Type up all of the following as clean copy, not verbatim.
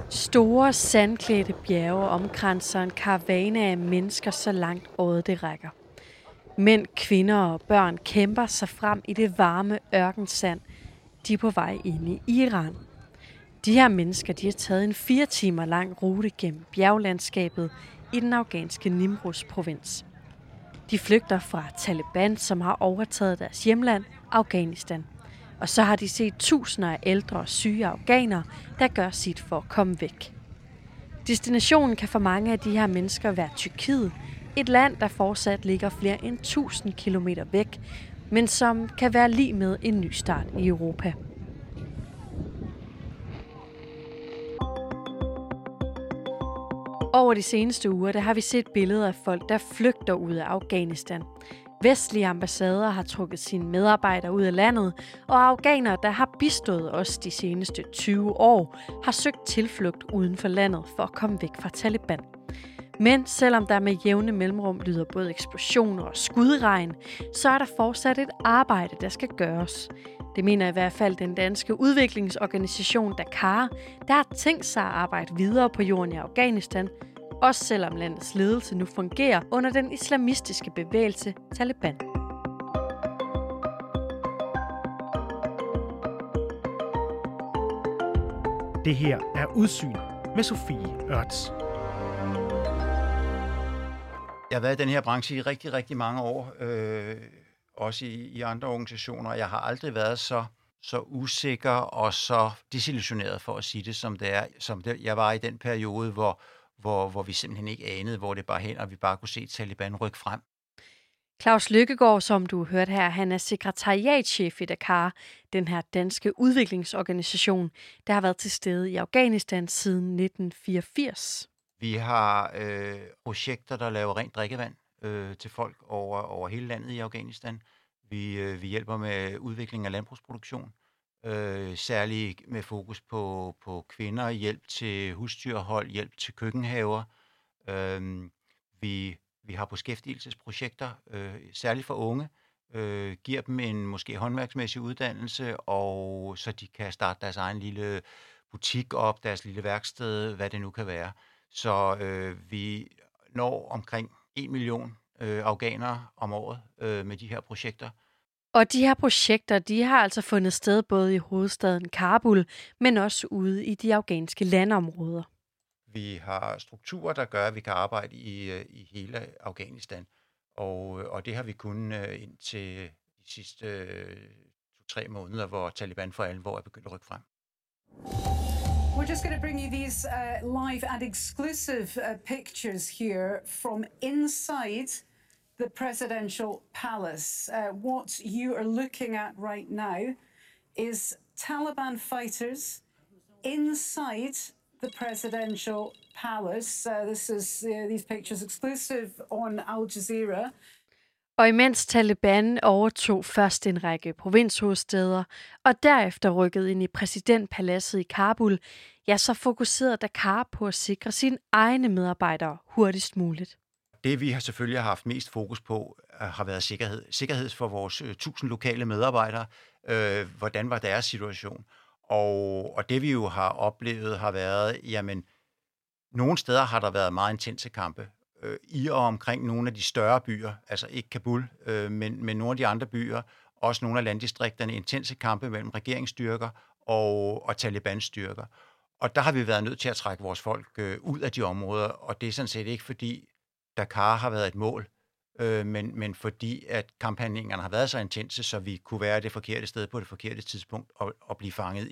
Store, sandklædte bjerge omkranser en karavane af mennesker så langt øjet det rækker. Mænd, kvinder og børn kæmper sig frem i det varme ørkensand. De er på vej ind i Iran. De her mennesker de har taget en 4 timer lang rute gennem bjerglandskabet i den afghanske Nimruz-provins. De flygter fra Taliban, som har overtaget deres hjemland, Afghanistan. Og så har de set tusinder af ældre og syge afghanere, der gør sit for at komme væk. Destinationen kan for mange af de her mennesker være Tyrkiet, et land, der fortsat ligger flere end 1000 kilometer væk, men som kan være lig med en ny start i Europa. Over de seneste uger der har vi set billeder af folk, der flygter ud af Afghanistan. Vestlige ambassader har trukket sine medarbejdere ud af landet, og afghanere, der har bistået os de seneste 20 år, har søgt tilflugt uden for landet for at komme væk fra Taliban. Men selvom der med jævne mellemrum lyder både eksplosioner og skudregn, så er der fortsat et arbejde, der skal gøres. Det mener i hvert fald den danske udviklingsorganisation Dakar, der har tænkt sig at arbejde videre på jorden i Afghanistan, også selvom landets ledelse nu fungerer under den islamistiske bevægelse Taliban. Det her er Udsyn med Sofie Ørts. Jeg har været i den her branche i rigtig, rigtig mange år, også i andre organisationer. Jeg har aldrig været så usikker og så desillusioneret, for at sige det, som det jeg var i den periode, hvor vi simpelthen ikke anede, hvor det bare hen, og vi bare kunne se Taliban rykke frem. Claus Lykkegaard, som du hørte her, han er sekretariatschef i Dakar, den her danske udviklingsorganisation, der har været til stede i Afghanistan siden 1984. Vi har projekter, der laver rent drikkevand til folk over hele landet i Afghanistan. Vi hjælper med udvikling af landbrugsproduktion, særligt med fokus på kvinder, hjælp til husdyrhold, hjælp til køkkenhaver. Vi har beskæftigelsesprojekter, særligt for unge, giver dem en måske håndværksmæssig uddannelse, og så de kan starte deres egen lille butik op, deres lille værksted, hvad det nu kan være. Så vi når omkring 1 million afghanere om året med de her projekter. Og de her projekter, de har altså fundet sted både i hovedstaden Kabul, men også ude i de afghanske landområder. Vi har strukturer, der gør, at vi kan arbejde i hele Afghanistan. Og det har vi kunnet indtil de sidste 2-3 måneder, hvor Taliban for alvor er begyndt at rykke frem. We're just going to bring you these live and exclusive pictures here from inside the presidential palace. What you are looking at right now is Taliban fighters inside the presidential palace. This is these pictures exclusive on Al Jazeera. Og imens Taliban overtog først en række provinshovedstæder, og derefter rykkede ind i præsidentpaladset i Kabul, ja, så fokuserede Dakar på at sikre sine egne medarbejdere hurtigst muligt. Det, vi har selvfølgelig haft mest fokus på, har været sikkerhed. Sikkerhed for vores 1000 lokale medarbejdere. Hvordan var deres situation? Og det, vi jo har oplevet, har været, jamen, nogle steder har der været meget intense kampe. I og omkring nogle af de større byer, altså ikke Kabul, men nogle af de andre byer, også nogle af landdistrikterne, intense kampe mellem regeringsstyrker og Taliban-styrker. Og der har vi været nødt til at trække vores folk ud af de områder, og det er sådan set ikke fordi Dakar har været et mål, men fordi at kamphandlingerne har været så intense, så vi kunne være det forkerte sted på det forkerte tidspunkt og blive fanget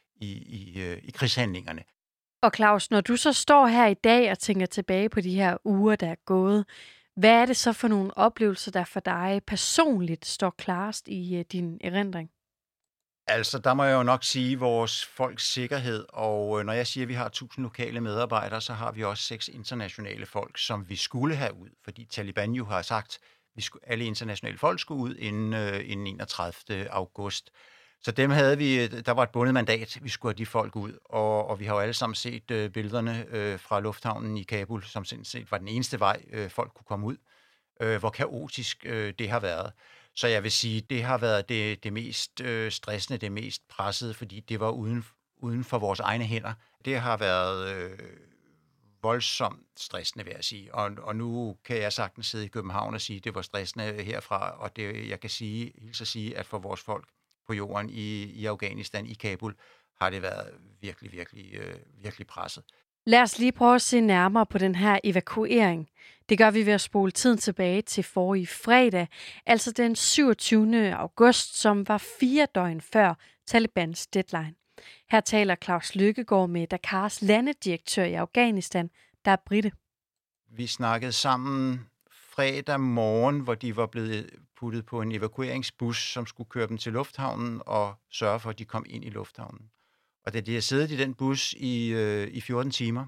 i krigshandlingerne. Og Claus, når du så står her i dag og tænker tilbage på de her uger, der er gået, hvad er det så for nogle oplevelser, der for dig personligt står klarest i din erindring? Altså, der må jeg jo nok sige vores folks sikkerhed, og når jeg siger, at vi har 1000 lokale medarbejdere, så har vi også 6 internationale folk, som vi skulle have ud, fordi Taliban jo har sagt, at alle internationale folk skulle ud inden 31. august. Så dem havde vi, der var et bundet mandat, vi skulle have de folk ud, og vi har jo alle sammen set billederne fra lufthavnen i Kabul, som sådan set var den eneste vej, folk kunne komme ud, hvor kaotisk det har været. Så jeg vil sige, det har været det mest stressende, det mest pressede, fordi det var uden uden for vores egne hænder. Det har været voldsomt stressende, vil jeg sige. Og nu kan jeg sagtens sidde i København og sige, at det var stressende herfra, og det, jeg kan sige, at for vores folk på jorden i Afghanistan, i Kabul, har det været virkelig presset. Lad os lige prøve at se nærmere på den her evakuering. Det gør vi ved at spole tiden tilbage til forrige fredag, altså den 27. august, som var 4 døgn før Talibans deadline. Her taler Claus Lykkegaard med Dakars landedirektør i Afghanistan, der er brite. Vi snakkede sammen fredag morgen, hvor de var blevet puttet på en evakueringsbus, som skulle køre dem til lufthavnen og sørge for, at de kom ind i lufthavnen. Og da de har siddet i den bus i 14 timer,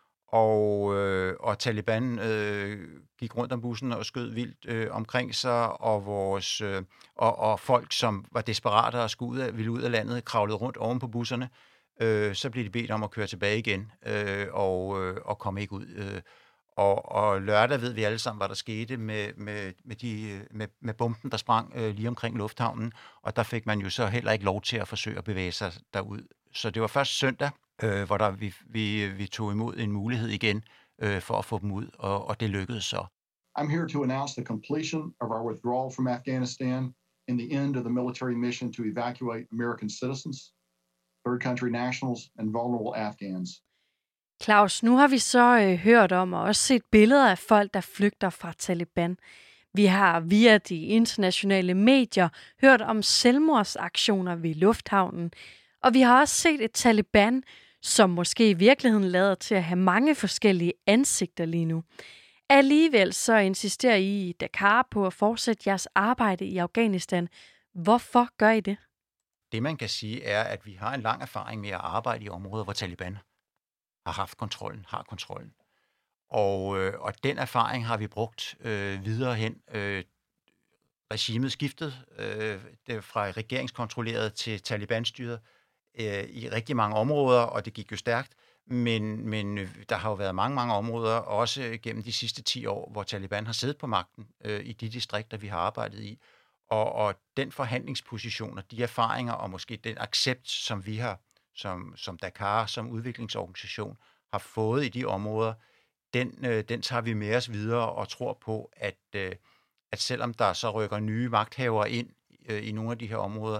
og Taliban gik rundt om bussen og skød vildt omkring sig, og folk, som var desperate og ville ud af landet, kravlede rundt oven på busserne, så blev de bedt om at køre tilbage igen og komme ikke ud. Og lørdag ved vi alle sammen, hvad der skete med bomben, der sprang lige omkring lufthavnen, og der fik man jo så heller ikke lov til at forsøge at bevæge sig derud. Så det var først søndag, hvor vi tog imod en mulighed igen for at få dem ud, og det lykkedes så. I'm here to announce the completion of our withdrawal from Afghanistan and the end of the military mission to evacuate American citizens, third country nationals and vulnerable Afghans. Claus, nu har vi så hørt om og også set billeder af folk, der flygter fra Taliban. Vi har via de internationale medier hørt om selvmordsaktioner ved lufthavnen, og vi har også set et Taliban, som måske i virkeligheden lader til at have mange forskellige ansigter lige nu. Alligevel så insisterer I i Dakar på at fortsætte jeres arbejde i Afghanistan. Hvorfor gør I det? Det man kan sige er, at vi har en lang erfaring med at arbejde i områder, hvor Taliban har kontrollen. Og den erfaring har vi brugt videre hen. Regimet skiftede fra regeringskontrolleret til Taliban-styret i rigtig mange områder, og det gik jo stærkt. Men der har jo været mange områder, også gennem de sidste 10 år, hvor Taliban har siddet på magten i de distrikter, vi har arbejdet i. Og den forhandlingsposition og de erfaringer, og måske den accept, som vi har som Dakar, som udviklingsorganisation, har fået i de områder, den tager vi med os videre og tror på, at selvom der så rykker nye magthavere ind i nogle af de her områder,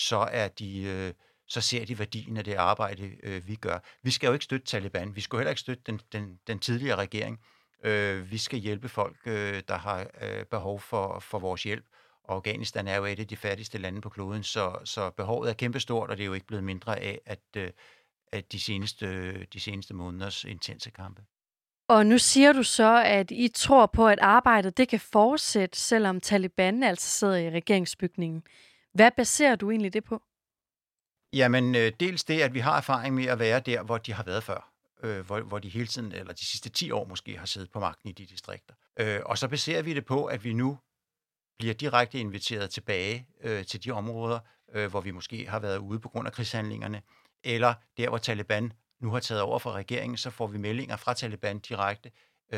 så ser de værdien af det arbejde, vi gør. Vi skal jo ikke støtte Taliban. Vi skal heller ikke støtte den tidligere regering. Vi skal hjælpe folk, der har behov for vores hjælp. Og Afghanistan er jo et af de fattigste lande på kloden, så behovet er kæmpestort, og det er jo ikke blevet mindre af, at de seneste måneders intense kampe. Og nu siger du så, at I tror på, at arbejdet det kan fortsætte, selvom Taliban altså sidder i regeringsbygningen. Hvad baserer du egentlig det på? Jamen, dels det, at vi har erfaring med at være der, hvor de har været før. Hvor de hele tiden, eller de sidste 10 år måske, har siddet på magten i de distrikter. Og så baserer vi det på, at vi nu bliver direkte inviteret tilbage til de områder, hvor vi måske har været ude på grund af krigshandlingerne, eller der, hvor Taliban nu har taget over fra regeringen, så får vi meldinger fra Taliban direkte.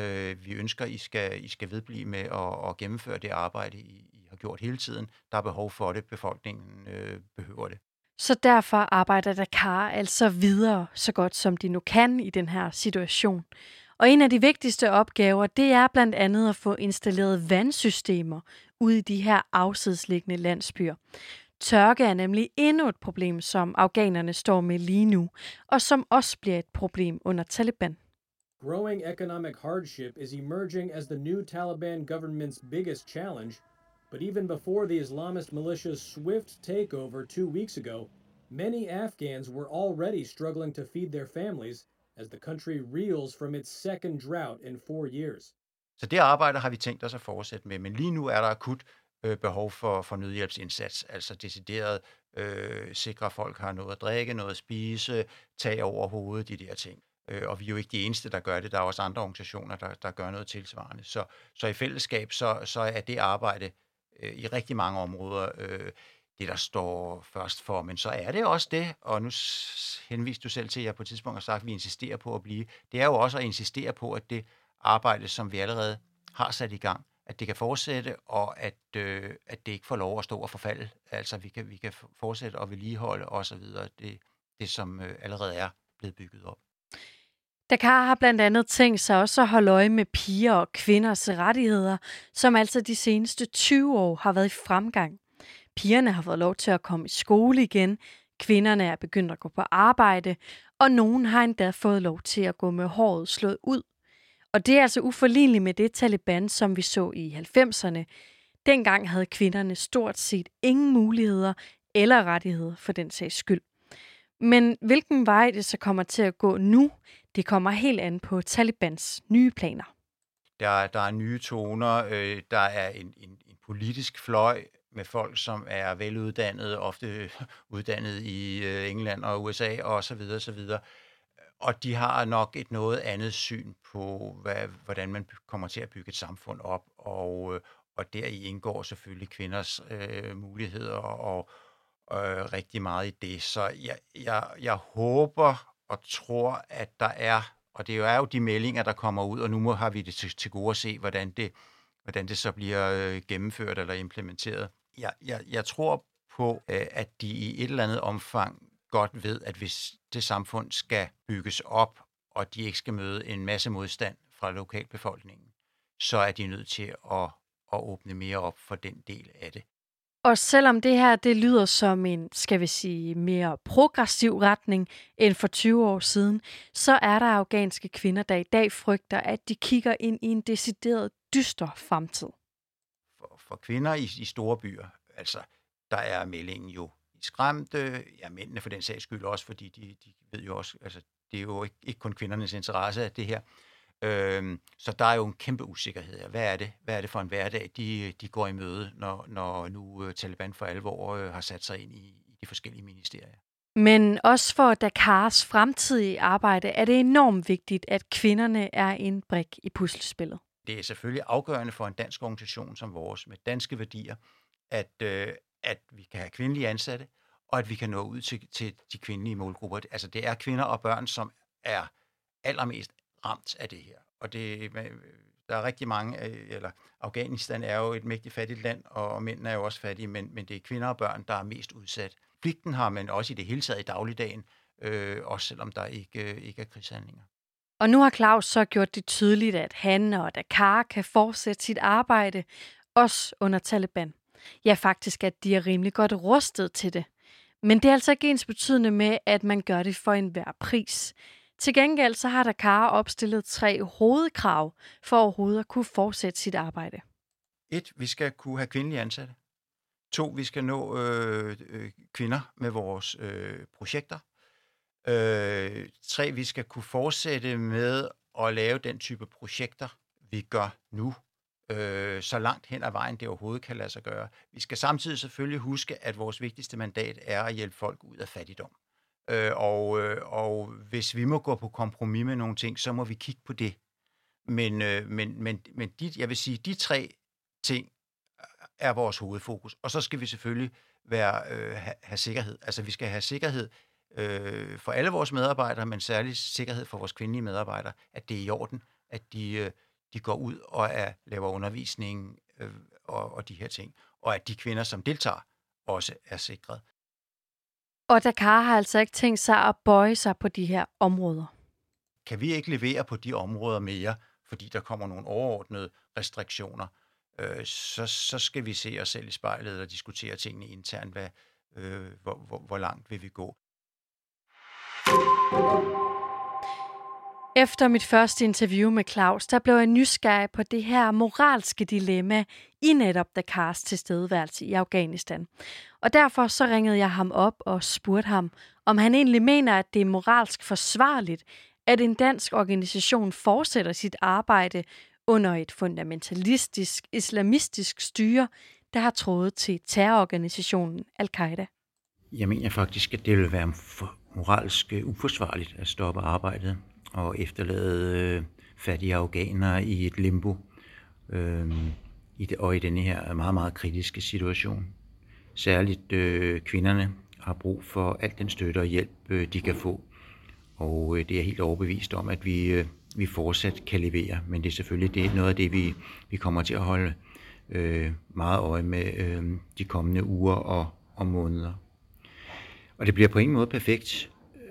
Vi ønsker, I skal vedblive med at gennemføre det arbejde, I har gjort hele tiden. Der er behov for det. Befolkningen behøver det. Så derfor arbejder Dakar altså videre, så godt som de nu kan i den her situation. Og en af de vigtigste opgaver, det er blandt andet at få installeret vandsystemer ude i de her afsidesliggende landsbyer. Tørke er nemlig endnu et problem, som afghanerne står med lige nu, og som også bliver et problem under Taliban. Growing economic hardship is emerging as the new Taliban government's biggest challenge, but even before the Islamist militia's swift takeover 2 weeks ago, many Afghans were already struggling to feed their families as the country reels from its second drought in 4 years. Så det arbejde har vi tænkt os at fortsætte med, men lige nu er der akut behov for nødhjælpsindsats, altså decideret sikre, at folk har noget at drikke, noget at spise, tag over hovedet, de der ting. Og vi er jo ikke de eneste, der gør det. Der er også andre organisationer, der gør noget tilsvarende. Så i fællesskab, så er det arbejde i rigtig mange områder det, der står først for. Men så er det også det, og nu henviste du selv til, at jeg på et tidspunkt har sagt, at vi insisterer på at blive. Det er jo også at insistere på, at det arbejde, som vi allerede har sat i gang, at det kan fortsætte, og at det ikke får lov at stå og forfalde. Altså, vi kan fortsætte og vedligeholde osv. det som allerede er blevet bygget op. Dakar har blandt andet tænkt sig også at holde øje med piger og kvinders rettigheder, som altså de seneste 20 år har været i fremgang. Pigerne har fået lov til at komme i skole igen, kvinderne er begyndt at gå på arbejde, og nogen har endda fået lov til at gå med håret slået ud. Og det er altså uforligneligt med det Taliban, som vi så i 90'erne. Dengang havde kvinderne stort set ingen muligheder eller rettigheder for den sags skyld. Men hvilken vej det så kommer til at gå nu, det kommer helt an på Talibans nye planer. Der er nye toner, der er en politisk fløj med folk, som er veluddannede, ofte uddannet i England og USA og så videre, så videre. Og de har nok et noget andet syn på, hvordan man kommer til at bygge et samfund op, og deri indgår selvfølgelig kvinders muligheder og rigtig meget i det. Så jeg håber og tror, at der er, og det er jo de meldinger, der kommer ud, og nu har vi det til gode at se, hvordan det så bliver gennemført eller implementeret. Jeg tror på, at de i et eller andet omfang godt ved, at hvis det samfund skal bygges op, og de ikke skal møde en masse modstand fra lokalbefolkningen, så er de nødt til at åbne mere op for den del af det. Og selvom det her det lyder som en, skal vi sige, mere progressiv retning end for 20 år siden, så er der afghanske kvinder, der i dag frygter, at de kigger ind i en decideret dyster fremtid. For kvinder i store byer, altså, der er meldingen jo skræmte, ja, mændene for den sags skyld også, fordi de ved jo også, altså, det er jo ikke kun kvindernes interesse af det her. Så der er jo en kæmpe usikkerhed. Hvad er det for en hverdag, de går i møde, når nu Taliban for alvor har sat sig ind i de forskellige ministerier? Men også for Dakars fremtidige arbejde er det enormt vigtigt, at kvinderne er en brik i puslespillet. Det er selvfølgelig afgørende for en dansk organisation som vores, med danske værdier, at vi kan have kvindelige ansatte, og at vi kan nå ud til de kvindelige målgrupper. Altså det er kvinder og børn, som er allermest ramt af det her. Og der er rigtig mange, eller Afghanistan er jo et mægtigt fattigt land, og mændene er jo også fattige, men det er kvinder og børn, der er mest udsat. Pligten har man også i det hele taget i dagligdagen, også selvom der ikke er krigshandlinger. Og nu har Claus så gjort det tydeligt, at han og Dakar kan fortsætte sit arbejde, også under Taliban. Ja, faktisk, at de er rimelig godt rustet til det. Men det er altså ikke ensbetydende med, at man gør det for enhver pris. Til gengæld så har Dakar opstillet 3 hovedkrav for overhovedet at kunne fortsætte sit arbejde. 1. Vi skal kunne have kvindelige ansatte. 2. Vi skal nå kvinder med vores projekter. 3. Vi skal kunne fortsætte med at lave den type projekter, vi gør nu, så langt hen ad vejen det overhovedet kan lade sig gøre. Vi skal samtidig selvfølgelig huske, at vores vigtigste mandat er at hjælpe folk ud af fattigdom. Og hvis vi må gå på kompromis med nogle ting, så må vi kigge på det. Men jeg vil sige, de 3 ting er vores hovedfokus. Og så skal vi selvfølgelig have sikkerhed. Altså vi skal have sikkerhed for alle vores medarbejdere, men særlig sikkerhed for vores kvindelige medarbejdere, at det er i orden, at de går ud og laver undervisning og de her ting. Og at de kvinder, som deltager, også er sikret. Og Dakar har altså ikke tænkt sig at bøje sig på de her områder. Kan vi ikke levere på de områder mere, fordi der kommer nogle overordnede restriktioner, så skal vi se os selv i spejlet og diskutere tingene internt, hvor langt vil vi gå. Efter mit første interview med Claus, der blev jeg nysgerrig på det her moralske dilemma i netop Dakars tilstedeværelse i Afghanistan. Og derfor så ringede jeg ham op og spurgte ham, om han egentlig mener, at det er moralsk forsvarligt, at en dansk organisation fortsætter sit arbejde under et fundamentalistisk, islamistisk styre, der har trådet til terrororganisationen Al-Qaida. Jeg mener faktisk, at det vil være moralsk uforsvarligt at stoppe arbejdet og efterlade fattige afghanere i et limbo og i denne her meget, meget kritiske situation. Særligt kvinderne har brug for al den støtte og hjælp, de kan få. Og det er helt overbevist om, at vi fortsat kan levere. Men det er selvfølgelig noget af det, vi kommer til at holde meget øje med de kommende uger og måneder. Og det bliver på ingen måde perfekt,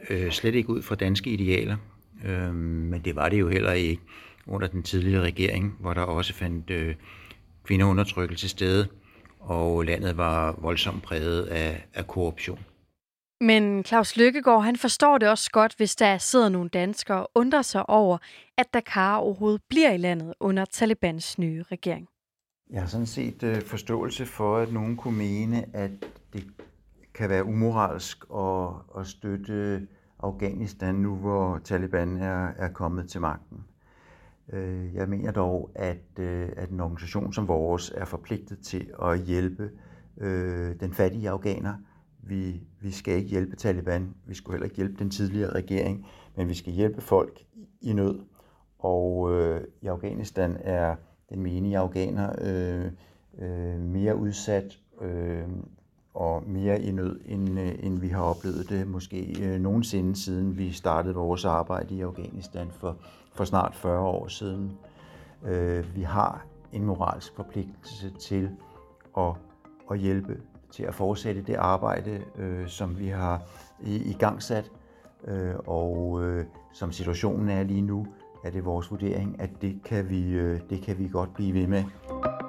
slet ikke ud fra danske idealer, men det var det jo heller ikke under den tidligere regering, hvor der også fandt kvindeundertrykkelse sted, og landet var voldsomt præget af korruption. Men Claus Løkkegaard, han forstår det også godt, hvis der sidder nogle danskere og undrer sig over, at Dakar overhovedet bliver i landet under Talibans nye regering. Jeg har sådan set forståelse for, at nogen kunne mene, at det kan være umoralsk at støtte Afghanistan nu, hvor Taliban er kommet til magten. Jeg mener dog, at en organisation som vores er forpligtet til at hjælpe den fattige afghaner. Vi skal ikke hjælpe Taliban, vi skulle heller ikke hjælpe den tidligere regering, men vi skal hjælpe folk i nød. Og i Afghanistan er den menige afghaner mere udsat og mere i nød, end vi har oplevet det måske nogensinde, siden vi startede vores arbejde i Afghanistan for snart 40 år siden. Vi har en moralsk forpligtelse til at hjælpe, til at fortsætte det arbejde, som vi har igangsat. Og som situationen er lige nu, er det vores vurdering, at det kan vi godt blive ved med.